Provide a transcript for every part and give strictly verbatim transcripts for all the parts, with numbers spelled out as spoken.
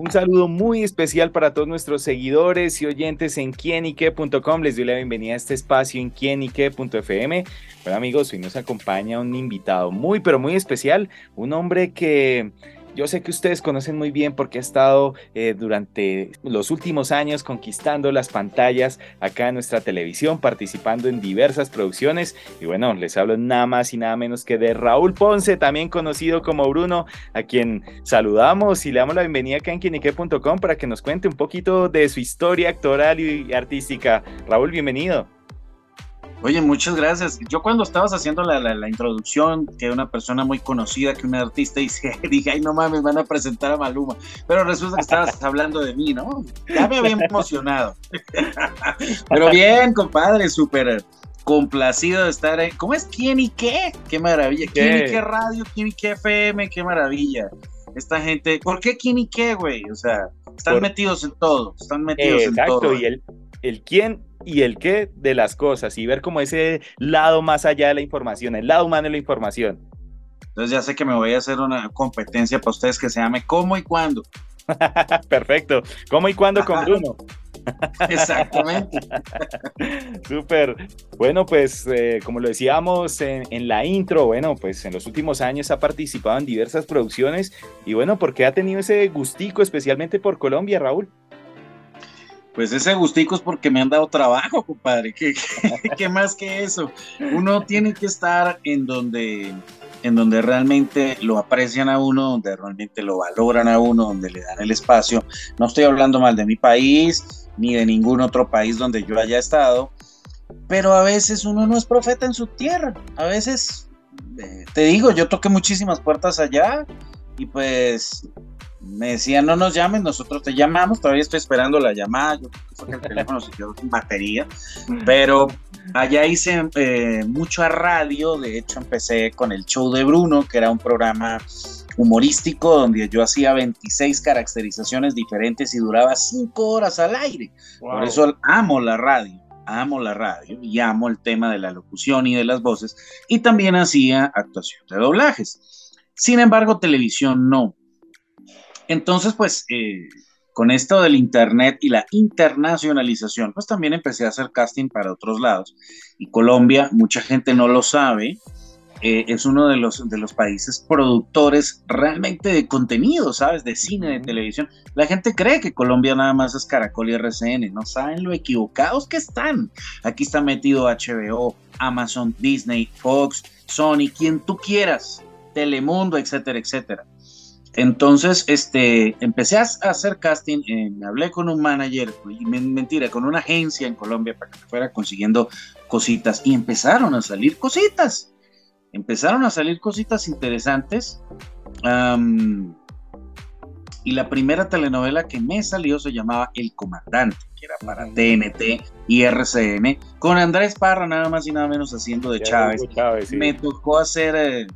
Un saludo muy especial para todos nuestros seguidores y oyentes en quién y qué punto com. Les doy la bienvenida a este espacio en quién y qué punto efe eme. Bueno, amigos, hoy nos acompaña un invitado muy, pero muy especial, un hombre que yo sé que ustedes conocen muy bien porque ha estado eh, durante los últimos años conquistando las pantallas acá en nuestra televisión, participando en diversas producciones. Y bueno, les hablo nada más y nada menos que de Raúl Ponce, también conocido como Bruno, a quien saludamos y le damos la bienvenida acá en quién y qué punto com para que nos cuente un poquito de su historia actoral y artística. Raúl, bienvenido. Oye, muchas gracias. Yo cuando estabas haciendo la, la, la introducción, que una persona muy conocida, que una artista, dice, dije, ay, no mames, van a presentar a Maluma. Pero resulta que estabas hablando de mí, ¿no? Ya me había emocionado. Pero bien, compadre, súper complacido de estar ahí. ¿Cómo es quién y qué? Qué maravilla. ¿Quién y qué radio? ¿Quién y qué efe eme? Qué maravilla. Esta gente, ¿por qué quién y qué, güey? O sea, están Por... metidos en todo, están metidos Exacto, en todo. Exacto, y el, el quién y el qué de las cosas, y ver como ese lado más allá de la información, el lado humano de la información. Entonces ya sé que me voy a hacer una competencia para ustedes que se llame ¿Cómo y cuándo? Perfecto, ¿cómo y cuándo con Bruno? Exactamente. Súper. Bueno, pues eh, como lo decíamos en, en la intro, bueno, pues en los últimos años ha participado en diversas producciones y bueno, ¿por qué ha tenido ese gustico especialmente por Colombia, Raúl? Pues ese gustico es porque me han dado trabajo, compadre. ¿Qué, qué, qué más que eso? Uno tiene que estar en donde, en donde realmente lo aprecian a uno, donde realmente lo valoran a uno, donde le dan el espacio. No estoy hablando mal de mi país, ni de ningún otro país donde yo haya estado, pero a veces uno no es profeta en su tierra. A veces, eh, te digo, yo toqué muchísimas puertas allá y pues... me decían, no nos llames, nosotros te llamamos, todavía estoy esperando la llamada, yo creo que fue que el teléfono se quedó sin batería, pero allá hice eh, mucho a radio, de hecho empecé con el show de Bruno, que era un programa humorístico donde yo hacía veintiséis caracterizaciones diferentes y duraba cinco horas al aire, wow. Por eso amo la radio, amo la radio y amo el tema de la locución y de las voces, y también hacía actuación de doblajes, sin embargo televisión no. Entonces, pues, eh, con esto del internet y la internacionalización, pues también empecé a hacer casting para otros lados. Y Colombia, mucha gente no lo sabe, eh, es uno de los, de los países productores realmente de contenido, ¿sabes? De cine, de televisión. La gente cree que Colombia nada más es Caracol y erre ce ene, no saben lo equivocados que están. Aquí está metido hache be o, Amazon, Disney, Fox, Sony, quien tú quieras, Telemundo, etcétera, etcétera. Entonces, este, empecé a hacer casting, eh, me hablé con un manager, y mentira, con una agencia en Colombia para que me fuera consiguiendo cositas, y empezaron a salir cositas, empezaron a salir cositas interesantes, um, y la primera telenovela que me salió se llamaba El Comandante, que era para te ene te y erre ce ene, con Andrés Parra nada más y nada menos haciendo de Chávez. Chávez sí. Me tocó hacer... Eh,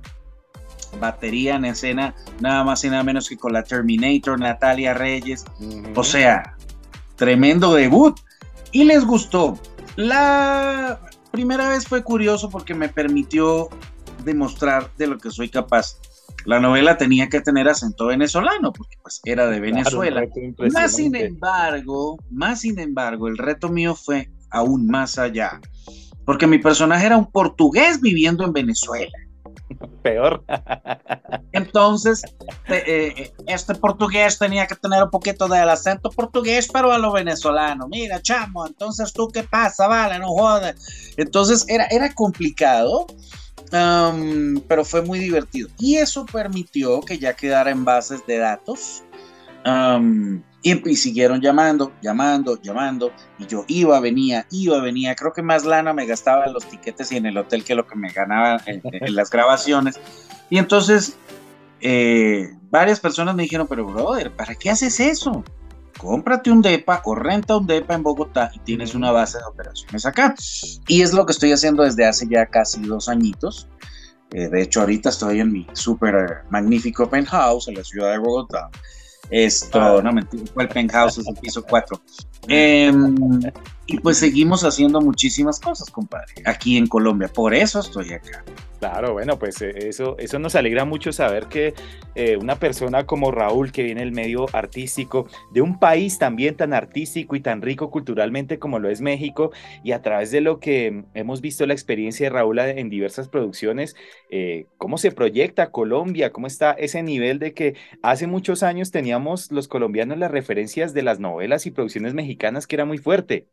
batería en escena, nada más y nada menos que con la Terminator, Natalia Reyes, uh-huh. O sea, tremendo debut, y les gustó. La primera vez fue curioso porque me permitió demostrar de lo que soy capaz. La novela tenía que tener acento venezolano, porque pues era de Venezuela, claro, más sin embargo, más sin embargo, el reto mío fue aún más allá, porque mi personaje era un portugués viviendo en Venezuela. Peor. Entonces, eh, este portugués tenía que tener un poquito del acento portugués, pero a lo venezolano. Mira, chamo, entonces tú qué pasa, vale, no jodas. Entonces era, era complicado, um, pero fue muy divertido. Y eso permitió que ya quedara en bases de datos. Um, y, y siguieron llamando, llamando, llamando, y yo iba, venía, iba, venía, creo que más lana me gastaba en los tiquetes y en el hotel que lo que me ganaba en, en las grabaciones, y entonces eh, varias personas me dijeron, pero brother, ¿para qué haces eso? Cómprate un depa o renta un depa en Bogotá y tienes una base de operaciones acá, y es lo que estoy haciendo desde hace ya casi dos añitos. Eh, de hecho ahorita estoy en mi súper magnífico penthouse en la ciudad de Bogotá. Esto, ah. no mentira, fue el penthouse, es el piso cuatro. Eh, Y pues seguimos haciendo muchísimas cosas, compadre, aquí en Colombia. Por eso estoy acá. Claro, bueno, pues eh, eso, eso nos alegra mucho saber que eh, una persona como Raúl, que viene del medio artístico, de un país también tan artístico y tan rico culturalmente como lo es México, y a través de lo que hemos visto la experiencia de Raúl en diversas producciones, eh, cómo se proyecta Colombia, cómo está ese nivel de que hace muchos años teníamos los colombianos las referencias de las novelas y producciones mexicanas que era muy fuerte.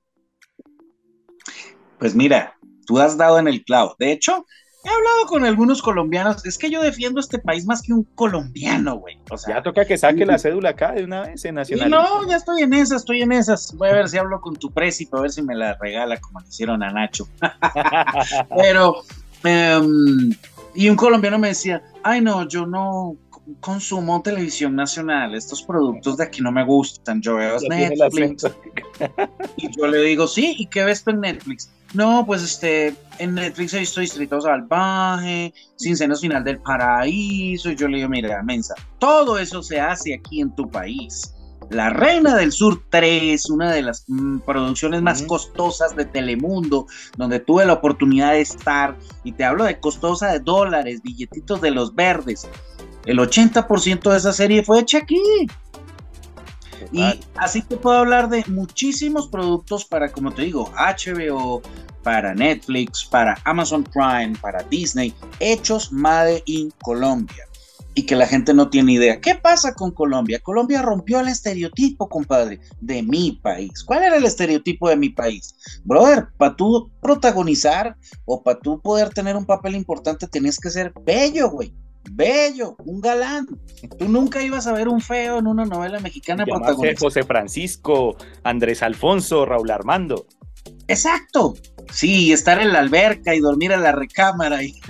Pues mira, tú has dado en el clavo. De hecho, he hablado con algunos colombianos. Es que yo defiendo este país más que un colombiano, güey. O Ya sea, toca que saque la cédula acá de una vez, se y nacionaliza. no, ya estoy en esas, estoy en esas. Voy a ver si hablo con tu presi para ver si me la regala como le hicieron a Nacho. Pero, um, y un colombiano me decía, ay no, yo no consumo televisión nacional, estos productos de aquí no me gustan, yo veo Ya tiene el Netflix. acento. Y yo le digo, sí, ¿y qué ves tú en Netflix? No, pues este, en Netflix he visto Distrito Salvaje, Sin Senos Final del Paraíso, y yo le digo, mira, mensa, todo eso se hace aquí en tu país. La Reina del Sur tres, una de las mm, producciones más Ujú. costosas de Telemundo, donde tuve la oportunidad de estar, y te hablo de costosa de dólares, billetitos de los verdes. El ochenta por ciento de esa serie fue hecha aquí. Y así te puedo hablar de muchísimos productos para, como te digo, H B O, para Netflix, para Amazon Prime, para Disney, hechos made in Colombia. Y que la gente no tiene idea. ¿Qué pasa con Colombia? Colombia rompió el estereotipo, compadre, de mi país. ¿Cuál era el estereotipo de mi país? Brother, para tú protagonizar o para tú poder tener un papel importante, tenías que ser bello, güey. Bello, un galán. Tú nunca ibas a ver un feo en una novela mexicana Llamarse protagonista. José Francisco, Andrés Alfonso, Raúl Armando. Exacto. Sí, estar en la alberca y dormir en la recámara y,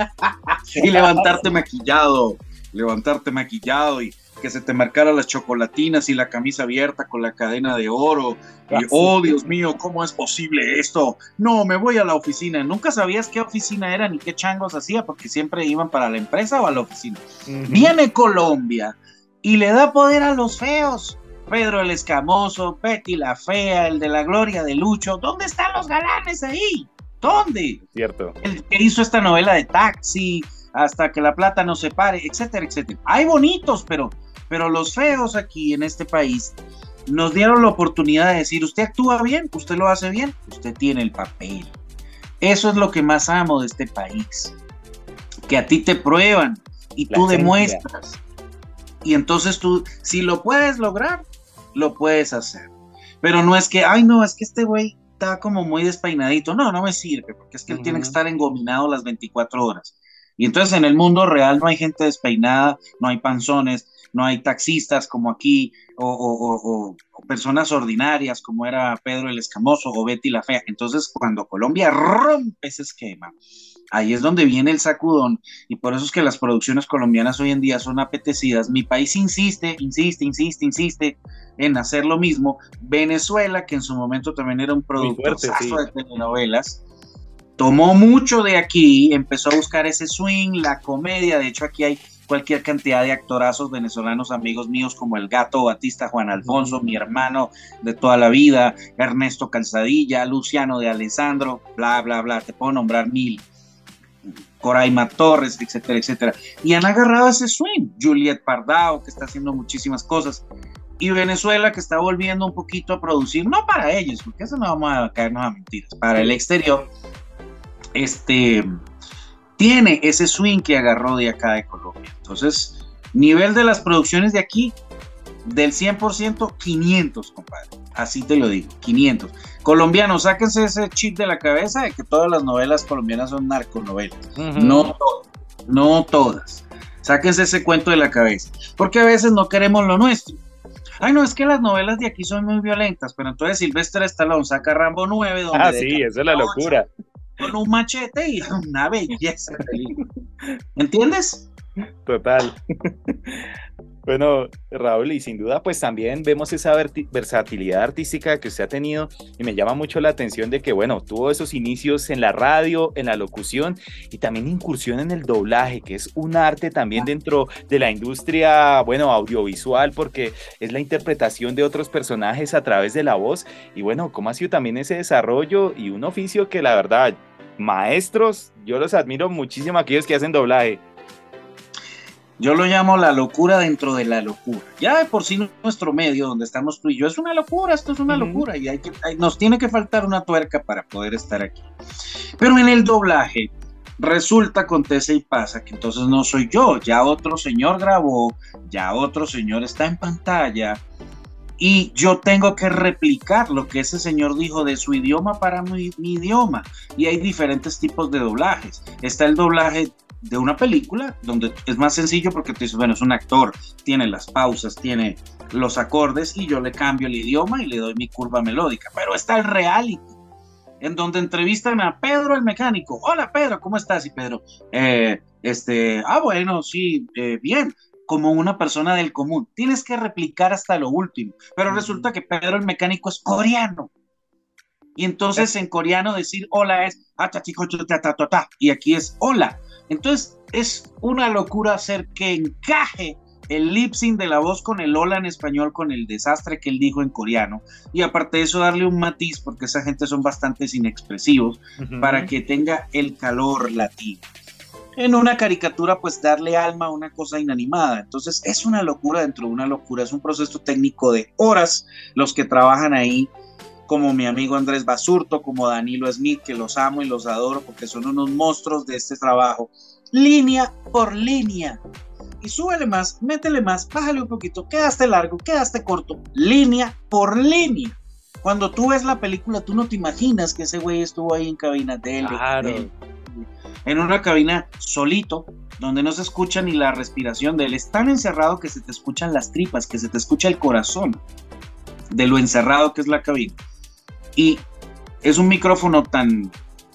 y levantarte maquillado, levantarte maquillado y que se te marcara las chocolatinas y la camisa abierta con la cadena de oro. Y, oh, Dios mío, ¿cómo es posible esto? No, me voy a la oficina. Nunca sabías qué oficina era ni qué changos hacía porque siempre iban para la empresa o a la oficina. Uh-huh. Viene Colombia y le da poder a los feos. Pedro el Escamoso, Betty la Fea, el de la Gloria de Lucho. ¿Dónde están los galanes ahí? ¿Dónde? Cierto. El que hizo esta novela de Taxi, Hasta que la plata no se pare, etcétera, etcétera. Hay bonitos, pero, pero los feos aquí en este país nos dieron la oportunidad de decir, usted actúa bien, usted lo hace bien, usted tiene el papel. Eso es lo que más amo de este país. Que a ti te prueban y tú demuestras. Y entonces tú, si lo puedes lograr, lo puedes hacer. Pero no es que, ay no, es que este güey está como muy despeinadito. No, no me sirve, porque es que uh-huh. él tiene que estar engominado las veinticuatro horas. Y entonces en el mundo real no hay gente despeinada, no hay panzones, no hay taxistas como aquí, o, o, o, o personas ordinarias como era Pedro el Escamoso o Betty la Fea. Entonces cuando Colombia rompe ese esquema, ahí es donde viene el sacudón, y por eso es que las producciones colombianas hoy en día son apetecidas. Mi país insiste, insiste, insiste, insiste en hacer lo mismo. Venezuela, que en su momento también era un productor sí. de telenovelas, tomó mucho de aquí, empezó a buscar ese swing, la comedia. De hecho aquí hay cualquier cantidad de actorazos venezolanos, amigos míos como el Gato Batista, Juan Alfonso, uh-huh. mi hermano de toda la vida, Ernesto Calzadilla, Luciano de Alessandro, bla, bla, bla, te puedo nombrar mil. Coraima Torres, etcétera, etcétera. Y han agarrado ese swing. Juliet Pardao, que está haciendo muchísimas cosas. Y Venezuela, que está volviendo un poquito a producir, no para ellos, porque eso no vamos a caernos a mentiras, para el exterior, este, tiene ese swing que agarró de acá de Colombia. Entonces, nivel de las producciones de aquí, del cien por ciento, quinientos, compadre. Así te lo digo, quinientos. Colombianos, sáquense ese chip de la cabeza de que todas las novelas colombianas son narconovelas. Uh-huh. No todas, no todas. Sáquense ese cuento de la cabeza, porque a veces no queremos lo nuestro. Ay, no, es que las novelas de aquí son muy violentas, pero entonces Sylvester Stallone saca Rambo nueve, donde ah, sí, eso es la locura. Con un machete y una belleza. ¿Entiendes? Total. Bueno, Raúl, y sin duda, pues también vemos esa verti- versatilidad artística que usted ha tenido y me llama mucho la atención de que, bueno, tuvo esos inicios en la radio, en la locución y también incursión en el doblaje, que es un arte también dentro de la industria, bueno, audiovisual, porque es la interpretación de otros personajes a través de la voz. Y bueno, ¿cómo ha sido también ese desarrollo y un oficio que la verdad, maestros, yo los admiro muchísimo a aquellos que hacen doblaje? Yo lo llamo la locura dentro de la locura. Ya de por sí nuestro medio donde estamos tú y yo es una locura, esto es una Ujú. locura y hay que, hay- nos tiene que faltar una tuerca para poder estar aquí. Pero en el doblaje resulta, acontece y pasa que entonces no soy yo, ya otro señor grabó, ya otro señor está en pantalla y yo tengo que replicar lo que ese señor dijo de su idioma para mi, mi idioma. Y hay diferentes tipos de doblajes. Está el doblaje de una película, donde es más sencillo porque tú dices, bueno, es un actor, tiene las pausas, tiene los acordes y yo le cambio el idioma y le doy mi curva melódica. Pero está el reality, en donde entrevistan a Pedro el mecánico. Hola Pedro, ¿cómo estás? Y Pedro, eh, este, ah, bueno, sí, eh, bien, como una persona del común. Tienes que replicar hasta lo último. Pero Ujú. resulta que Pedro el mecánico es coreano. Y entonces en coreano decir hola es ah, ta, ti, co, ta, ta, ta, ta, y aquí es hola. Entonces es una locura hacer que encaje el lip sync de la voz con el hola en español, con el desastre que él dijo en coreano. Y aparte de eso, darle un matiz, porque esa gente son bastante inexpresivos, para Ujú. que tenga el calor latino. En una caricatura, pues darle alma a una cosa inanimada. Entonces es una locura dentro de una locura. Es un proceso técnico de horas los que trabajan ahí, como mi amigo Andrés Basurto, como Danilo Smith, que los amo y los adoro porque son unos monstruos de este trabajo, línea por línea. Y súbele más, métele más, bájale un poquito, quedaste largo, quedaste corto, línea por línea. Cuando tú ves la película, tú no te imaginas que ese güey estuvo ahí en cabina, dele, dele, Claro. en una cabina solito, donde no se escucha ni la respiración de él. Es tan encerrado que se te escuchan las tripas, que se te escucha el corazón de lo encerrado que es la cabina. Y es un micrófono tan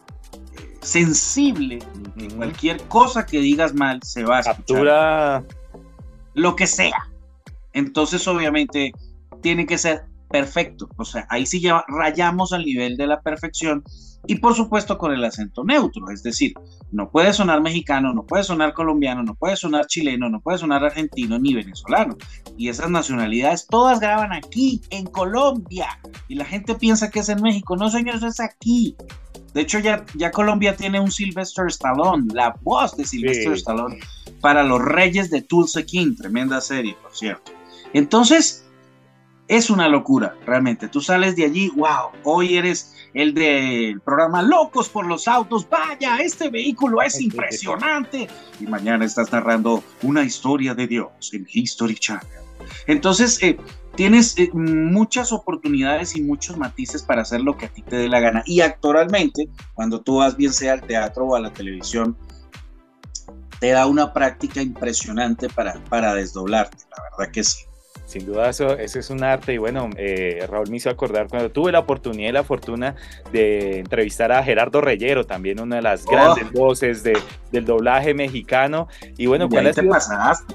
sensible que Ujú. cualquier cosa que digas mal se va a escuchar, Captura. lo que sea. Entonces, obviamente, tiene que ser perfecto. O sea, ahí sí ya rayamos al nivel de la perfección y, por supuesto, con el acento neutro. Es decir, no puede sonar mexicano, no puede sonar colombiano, no puede sonar chileno, no puede sonar argentino ni venezolano. Y esas nacionalidades todas graban aquí, en Colombia. Y la gente piensa que es en México. No, señor, eso es aquí. De hecho, ya, ya Colombia tiene un Sylvester Stallone, la voz de Sylvester Sí. Stallone para Los Reyes de Tulsa King, tremenda serie, por cierto. Entonces, es una locura, realmente. Tú sales de allí, wow, hoy eres el del programa Locos por los Autos, vaya, este vehículo es impresionante. Y mañana estás narrando una historia de Dios en History Channel. Entonces, eh, tienes eh, muchas oportunidades y muchos matices para hacer lo que a ti te dé la gana. Y actualmente, cuando tú vas bien sea al teatro o a la televisión, te da una práctica impresionante para, para desdoblarte, la verdad que sí. Sin duda, eso, eso es un arte. Y bueno, eh, Raúl me hizo acordar cuando tuve la oportunidad y la fortuna de entrevistar a Gerardo Reyero, también una de las Oh, grandes voces de, del doblaje mexicano. Y bueno, de ¿cuál ahí ha te sido pasaste.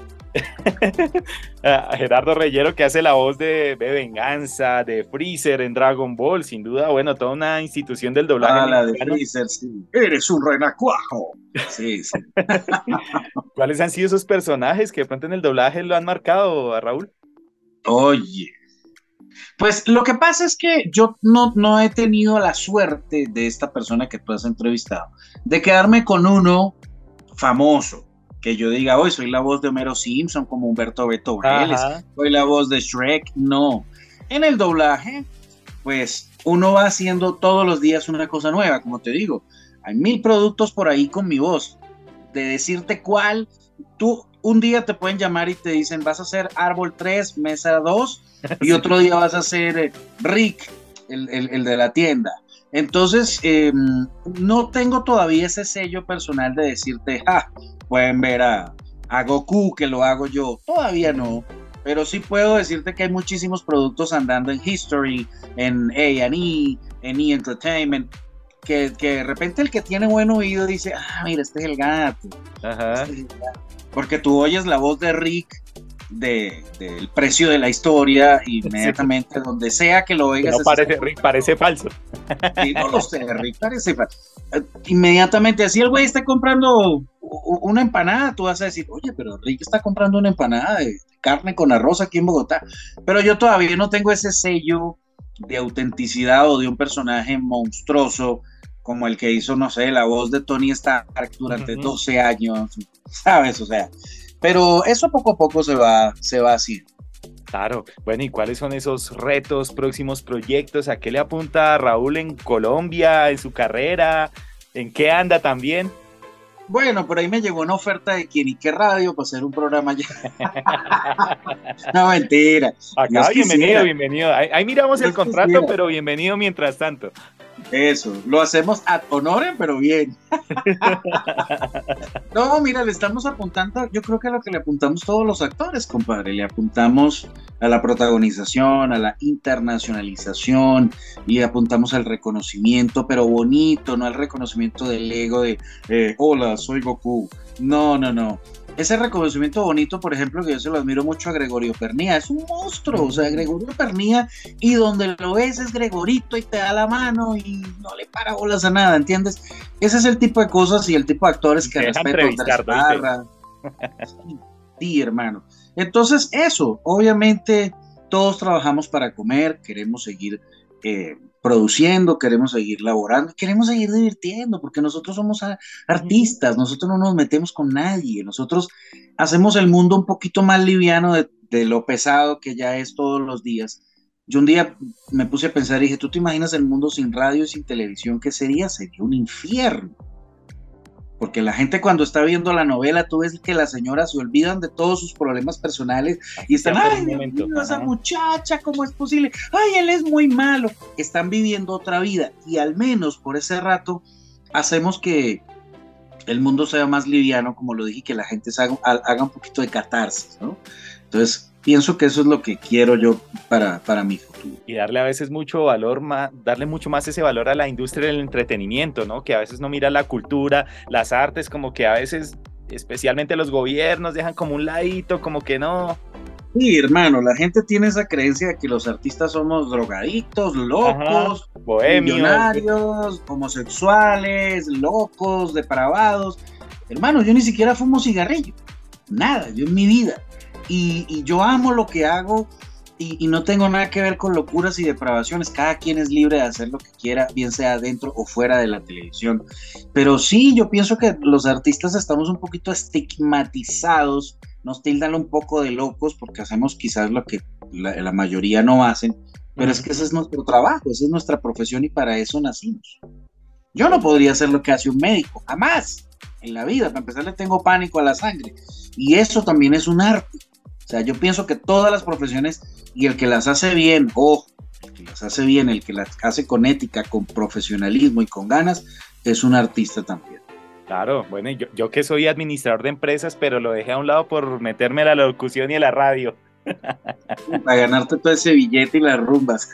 a Gerardo Reyero, que hace la voz de, de Venganza, de Freezer en Dragon Ball? Sin duda, bueno, toda una institución del doblaje Ah, la de mexicano. Freezer, sí. Eres un renacuajo. Sí, sí. ¿Cuáles han sido esos personajes que de pronto en el doblaje lo han marcado a Raúl? Oye, pues lo que pasa es que yo no, no he tenido la suerte de esta persona que tú has entrevistado, de quedarme con uno famoso, que yo diga, hoy soy la voz de Homero Simpson como Humberto Beto Ajá. Vélez, soy la voz de Shrek, no. En el doblaje, pues uno va haciendo todos los días una cosa nueva, como te digo, hay mil productos por ahí con mi voz, de decirte cuál, tú un día te pueden llamar y te dicen, vas a hacer Árbol tres, Mesa dos, y Sí. otro día vas a hacer eh, Rick, el, el, el, de la tienda. Entonces, eh, no tengo todavía ese sello personal de decirte, ja, pueden ver a, a Goku que lo hago yo, todavía no, pero sí puedo decirte que hay muchísimos productos andando en History, en A and E, en E! Entertainment, que, que de repente el que tiene buen oído dice, ah, mira, este es el gato, Ajá. este es el gato. Porque tú oyes la voz de Rick de, del precio de la historia, inmediatamente, sí. Donde sea que lo oigas. No parece, Rick, parece falso. Sí, no lo sé, Rick, parece falso. Inmediatamente, así el güey está comprando una empanada, tú vas a decir, oye, pero Rick está comprando una empanada de carne con arroz aquí en Bogotá. Pero yo todavía no tengo ese sello de autenticidad o de un personaje monstruoso como el que hizo, no sé, la voz de Tony Stark durante uh-huh. doce años, ¿sabes? O sea, pero eso poco a poco se va, se va haciendo. Claro, bueno, ¿y cuáles son esos retos, próximos proyectos? ¿A qué le apunta Raúl en Colombia, en su carrera? ¿En qué anda también? Bueno, por ahí me llegó una oferta de Quién y qué Radio para hacer un programa ya. No, mentira. Acá, bienvenido, bienvenido. Ahí, ahí miramos Dios el contrato, quisiera. Pero bienvenido mientras tanto. Eso, lo hacemos ad honorem, pero bien. No, mira, le estamos apuntando, yo creo que a lo que le apuntamos todos los actores, compadre, le apuntamos a la protagonización, a la internacionalización, y apuntamos al reconocimiento, pero bonito, no al reconocimiento del ego de, eh, hola, soy Goku. No, no, no. Ese reconocimiento bonito, por ejemplo, que yo se lo admiro mucho a Gregorio Pernía, es un monstruo, o sea, Gregorio Pernía, y donde lo ves es Gregorito y te da la mano y no le para bolas a nada, ¿entiendes? Ese es el tipo de cosas y el tipo de actores que respeto. Sí, sí, hermano. Entonces, eso, obviamente, todos trabajamos para comer, queremos seguir eh, produciendo, queremos seguir laborando, queremos seguir divirtiendo, porque nosotros somos a, artistas, nosotros no nos metemos con nadie, nosotros hacemos el mundo un poquito más liviano de, de lo pesado que ya es todos los días. Yo un día me puse a pensar y dije, ¿tú te imaginas el mundo sin radio y sin televisión? ¿Qué sería? Sería un infierno. Porque la gente cuando está viendo la novela, tú ves que las señoras se olvidan de todos sus problemas personales y están, ay, Dios mío, esa muchacha, ¿cómo es posible? Ay, él es muy malo. Están viviendo otra vida y al menos por ese rato hacemos que el mundo sea más liviano, como lo dije, y que la gente haga, haga un poquito de catarsis, ¿no? Entonces, pienso que eso es lo que quiero yo para, para mi futuro. Y darle a veces mucho valor, más, darle mucho más ese valor a la industria del entretenimiento, ¿no? Que a veces no mira la cultura, las artes, como que a veces, especialmente los gobiernos, dejan como un ladito, como que no. Sí, hermano, la gente tiene esa creencia de que los artistas somos drogadictos, locos, ajá, bohemios, millonarios, homosexuales, locos, depravados. Hermano, yo ni siquiera fumo cigarrillo, nada, yo en mi vida. Y, y yo amo lo que hago y, y no tengo nada que ver con locuras y depravaciones. Cada quien es libre de hacer lo que quiera, bien sea dentro o fuera de la televisión. Pero sí, yo pienso que los artistas estamos un poquito estigmatizados, nos tildan un poco de locos porque hacemos quizás lo que la, la mayoría no hacen, pero uh-huh. es que ese es nuestro trabajo, esa es nuestra profesión y para eso nacimos. Yo no podría hacer lo que hace un médico, jamás en la vida. Para empezar, le tengo pánico a la sangre y eso también es un arte. O sea, yo pienso que todas las profesiones, y el que las hace bien, ojo, el que las hace bien, el que las hace con ética, con profesionalismo y con ganas, es un artista también. Claro, bueno, yo, yo que soy administrador de empresas, pero lo dejé a un lado por meterme a la locución y a la radio. Para ganarte todo ese billete y las rumbas.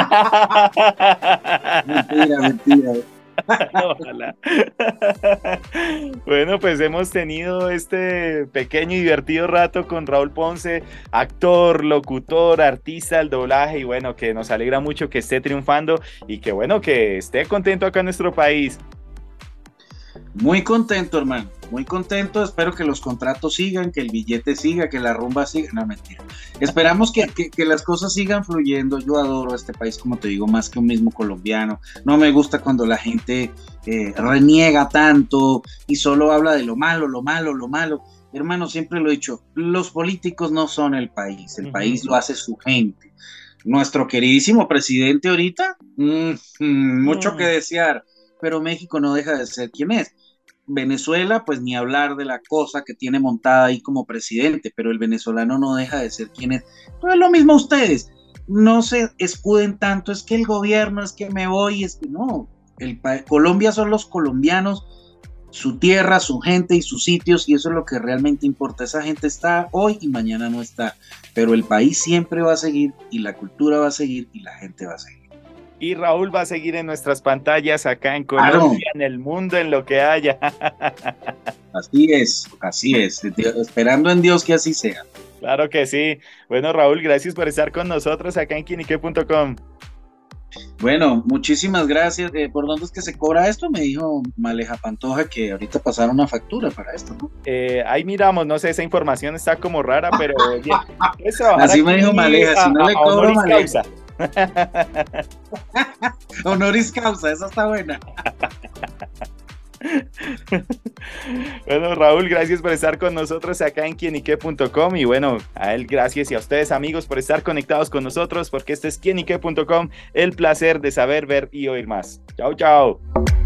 Mentira, mentira. Ojalá. Bueno, pues hemos tenido este pequeño y divertido rato con Raúl Ponce, actor, locutor, artista del doblaje, y bueno, que nos alegra mucho que esté triunfando y que bueno, que esté contento acá en nuestro país. Muy contento, hermano, muy contento. Espero que los contratos sigan, que el billete siga, que la rumba siga. No, mentira. Esperamos que, que, que las cosas sigan fluyendo. Yo adoro este país, como te digo, más que un mismo colombiano. No me gusta cuando la gente eh, reniega tanto y solo habla de lo malo, lo malo, lo malo. Hermano, siempre lo he dicho, los políticos no son el país, el uh-huh. país lo hace su gente. Nuestro queridísimo presidente ahorita, mm, mm, mucho uh-huh. que desear, pero México no deja de ser quien es. Venezuela, pues ni hablar de la cosa que tiene montada ahí como presidente, pero el venezolano no deja de ser quien es. No es lo mismo ustedes, no se escuden tanto, es que el gobierno, es que me voy, es que no, el Colombia son los colombianos, su tierra, su gente y sus sitios, y eso es lo que realmente importa. Esa gente está hoy y mañana no está, pero el país siempre va a seguir, y la cultura va a seguir, y la gente va a seguir. Y Raúl va a seguir en nuestras pantallas acá en Colombia, claro. En el mundo, en lo que haya. Así es, así es, esperando en Dios que así sea. Claro que sí. Bueno, Raúl, gracias por estar con nosotros acá en quienique punto com. Bueno, muchísimas gracias. Eh, ¿por dónde es que se cobra esto? Me dijo Maleja Pantoja que ahorita pasaron una factura para esto, ¿no? Eh, ahí miramos, no sé, esa información está como rara, pero oye, puedes trabajar Así me aquí dijo Maleja, a, si no a- le a cobro honoris Maleja. causa. Honoris causa, esa está buena. Bueno, Raúl, gracias por estar con nosotros acá en quienique punto com y bueno, a él gracias y a ustedes amigos por estar conectados con nosotros porque este es quienique punto com, el placer de saber, ver y oír más. Chao, chao.